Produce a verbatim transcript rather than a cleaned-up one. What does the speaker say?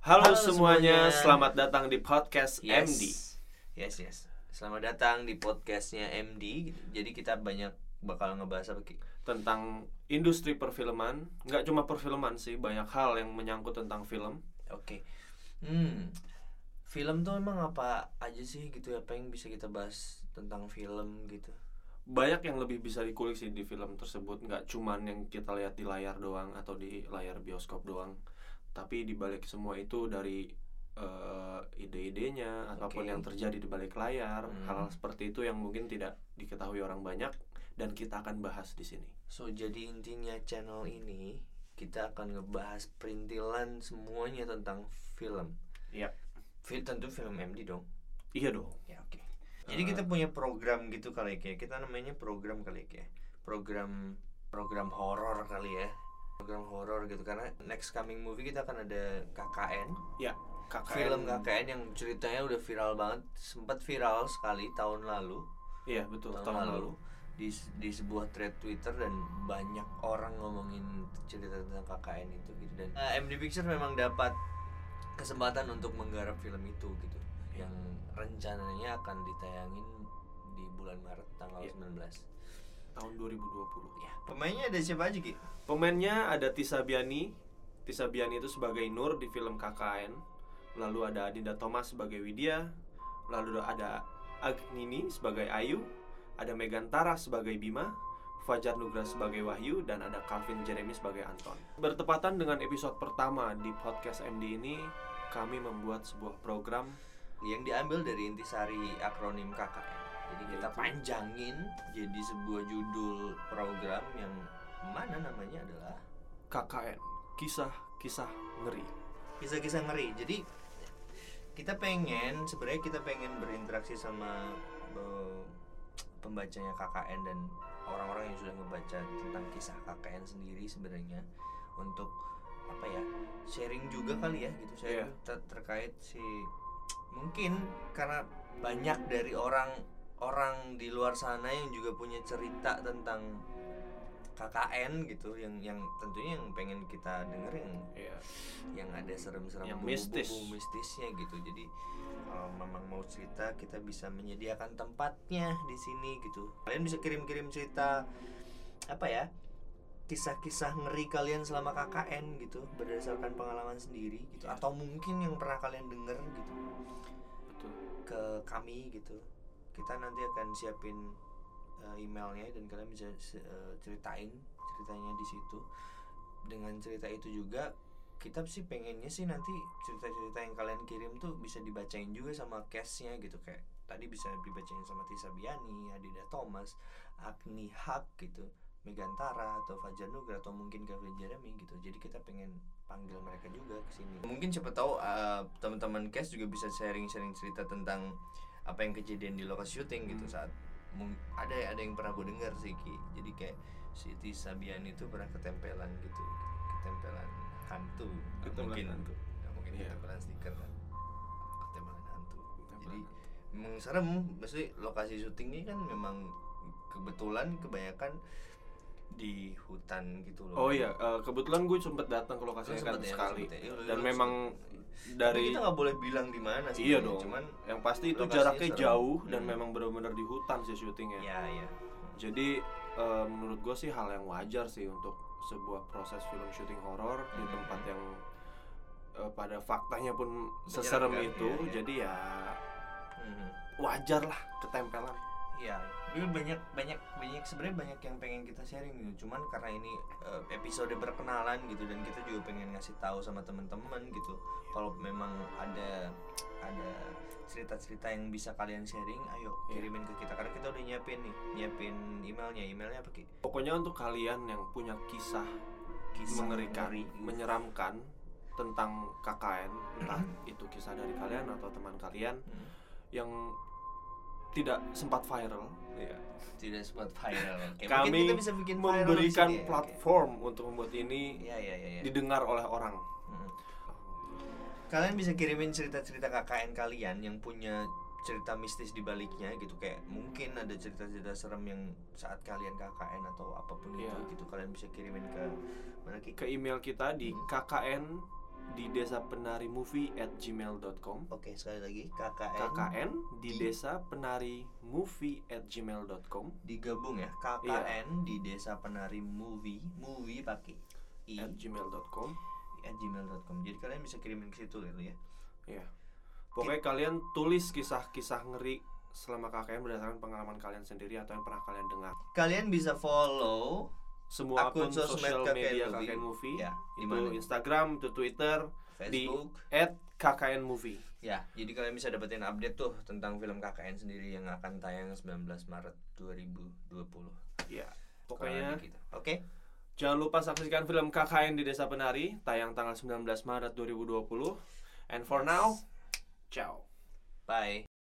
Halo, Halo semuanya, semuanya. selamat datang di podcast Yes. M D. Yes, yes. Selamat datang di podcastnya M D. Jadi kita banyak bakal ngebahas apa, Ki? Tentang industri perfilman. Nggak cuma perfilman sih, banyak hal yang menyangkut tentang film. Oke. Hmm. Film tuh emang apa aja sih gitu, apa yang bisa kita bahas tentang film gitu? Banyak yang lebih bisa dikulik sih di film tersebut. Nggak cuman yang kita lihat di layar doang atau di layar bioskop doang, tapi di balik semua itu dari uh, ide-idenya, apapun Oke. yang terjadi di balik layar, Hmm. hal seperti itu yang mungkin tidak diketahui orang banyak dan kita akan bahas di sini. So, jadi intinya channel ini kita akan ngebahas perintilan semuanya tentang film. Iya. Fil- tentu film M D dong. Iya dong. Ya, oke. Jadi kita punya program gitu kali ya. Kita namanya program kali ya. Program program horor kali ya. Program horor gitu karena next coming movie kita akan ada K K N. Ya, K K N. Film K K N yang ceritanya udah viral banget, sempat viral sekali tahun lalu. Iya, betul, Tahun, tahun lalu, lalu. di di sebuah thread Twitter dan banyak orang ngomongin cerita tentang K K N itu gitu dan uh, M D Pictures memang dapat kesempatan untuk menggarap film itu gitu yang rencananya akan ditayangin di bulan Maret tanggal Iya. sembilan belas Tahun dua ribu dua puluh. ya. Pemainnya ada siapa aja, Ki? Pemainnya ada Tisa Biani. Tisa Biani itu sebagai Nur di film K K N. Lalu ada Adinda Thomas sebagai Widya. Lalu ada Agnini sebagai Ayu. Ada Megan Tara sebagai Bima. Fajar Nugra sebagai Wahyu. Dan ada Calvin Jeremy sebagai Anton. Bertepatan dengan episode pertama di podcast M D ini, kami membuat sebuah program Yang diambil dari intisari akronim K K N. Jadi kita Yaitu? panjangin jadi sebuah judul program yang mana namanya adalah K K N, Kisah-Kisah Ngeri. Kisah-Kisah Ngeri. Jadi kita pengen, sebenarnya kita pengen berinteraksi sama uh, pembacanya K K N dan orang-orang yang sudah ngebaca tentang kisah K K N sendiri sebenarnya untuk apa ya, sharing juga kali ya gitu, sharing Iya. ter- terkait si mungkin karena banyak dari orang-orang di luar sana yang juga punya cerita tentang K K N gitu yang yang tentunya yang pengen kita dengerin Iya. yang ada serem-serem Yang bumbu-bumbu mistis. mistisnya gitu. Jadi kalau memang mau cerita kita bisa menyediakan tempatnya di sini gitu. Kalian bisa kirim-kirim cerita apa ya, kisah-kisah ngeri kalian selama K K N gitu berdasarkan pengalaman sendiri gitu, atau mungkin yang pernah kalian denger gitu Betul. ke kami gitu. Kita nanti akan siapin uh, emailnya dan kalian bisa uh, ceritain ceritanya di situ. Dengan cerita itu juga kita sih pengennya sih nanti cerita-cerita yang kalian kirim tuh bisa dibacain juga sama cast-nya gitu, kayak tadi bisa dibacain sama Tisa Biani, Adinda Thomas, Agni Hak gitu, Megan Tara atau Fajar Nugra atau mungkin Calvin Jeremy gitu. Jadi kita pengen panggil mereka juga ke sini. Mungkin siapa tahu uh, teman-teman cast juga bisa sharing-sharing cerita tentang apa yang kejadian di lokasi syuting gitu saat mung- ada ada yang pernah gue dengar sih, Ki. Jadi kayak si Tisa Biani itu pernah ketempelan gitu, ketempelan hantu. Nggak Ketempelan mungkin hantu. nggak mungkin Iya. ketempelan stiker kan, ketempelan hantu. Ketempelan Jadi hantu. memang serem. Maksudnya lokasi syutingnya kan memang kebetulan kebanyakan di hutan gitu loh. Oh iya, uh, kebetulan gue sempet datang ke lokasinya Lu kan sempet ya, sekali. sempet ya? Iya, lu- Dan lu memang Tapi dari kita nggak boleh bilang di mana sih. iya dong. Cuman Yang pasti itu lokasinya jaraknya serem. jauh dan Hmm. memang benar-benar di hutan sih syutingnya. ya ya. Jadi uh, menurut gue sih hal yang wajar sih untuk sebuah proses film syuting horor di Hmm. tempat yang uh, pada faktanya pun seserem Menyeramkan, itu. iya, iya. Jadi ya Hmm. wajar lah ketempelan. Iya, dulu banyak banyak banyak sebenarnya banyak yang pengen kita sharing gitu. Cuman karena ini uh, episode berkenalan gitu dan kita juga pengen ngasih tahu sama teman-teman gitu. Kalau memang ada ada cerita-cerita yang bisa kalian sharing, ayo Iya. kirimin ke kita karena kita udah nyiapin nih, nyiapin emailnya. Emailnya apa, Ki? Pokoknya untuk kalian yang punya kisah Kisah mengerikan, ngeri. menyeramkan tentang K K N, entah itu kisah dari kalian atau teman kalian Hmm. yang tidak sempat viral, ya. Tidak sempat viral. Oke, mungkin Kami kita bisa bikin viral memberikan di sini ya. platform untuk membuat ini Iya, iya, iya, iya. didengar oleh orang. Hmm. Kalian bisa kirimin cerita-cerita K K N kalian yang punya cerita mistis di baliknya gitu, kayak mungkin ada cerita-cerita serem yang saat kalian K K N atau apapun Iya. itu gitu, kalian bisa kirimin ke mana, Ki? Ke email kita di Hmm. k k n di desa penari movie at gmail dot com. Oke, sekali lagi K K N K K N di di- desa penari movie at gmail dot com digabung ya. K K N di desa penari movie, movie pakai i at gmail dot com. at gmail dot com. Jadi kalian bisa kirimin ke situ gitu ya. Iya. Pokoknya kalian tulis kisah-kisah ngeri selama K K N berdasarkan pengalaman kalian sendiri atau yang pernah kalian dengar. Kalian bisa follow Semua akun akun sosmed sosial K K N media Movie. K K N Movie. Ya, di Itu mana? Instagram, itu Twitter, Facebook. di at K K N Movie. Ya, jadi kalian bisa dapetin update tuh tentang film K K N sendiri yang akan tayang sembilan belas Maret dua ribu dua puluh. Iya. Pokoknya Pokoknya gitu. Oke. jangan lupa saksikan film K K N di Desa Penari tayang tanggal sembilan belas Maret dua ribu dua puluh. And for Yes. now, ciao. Bye.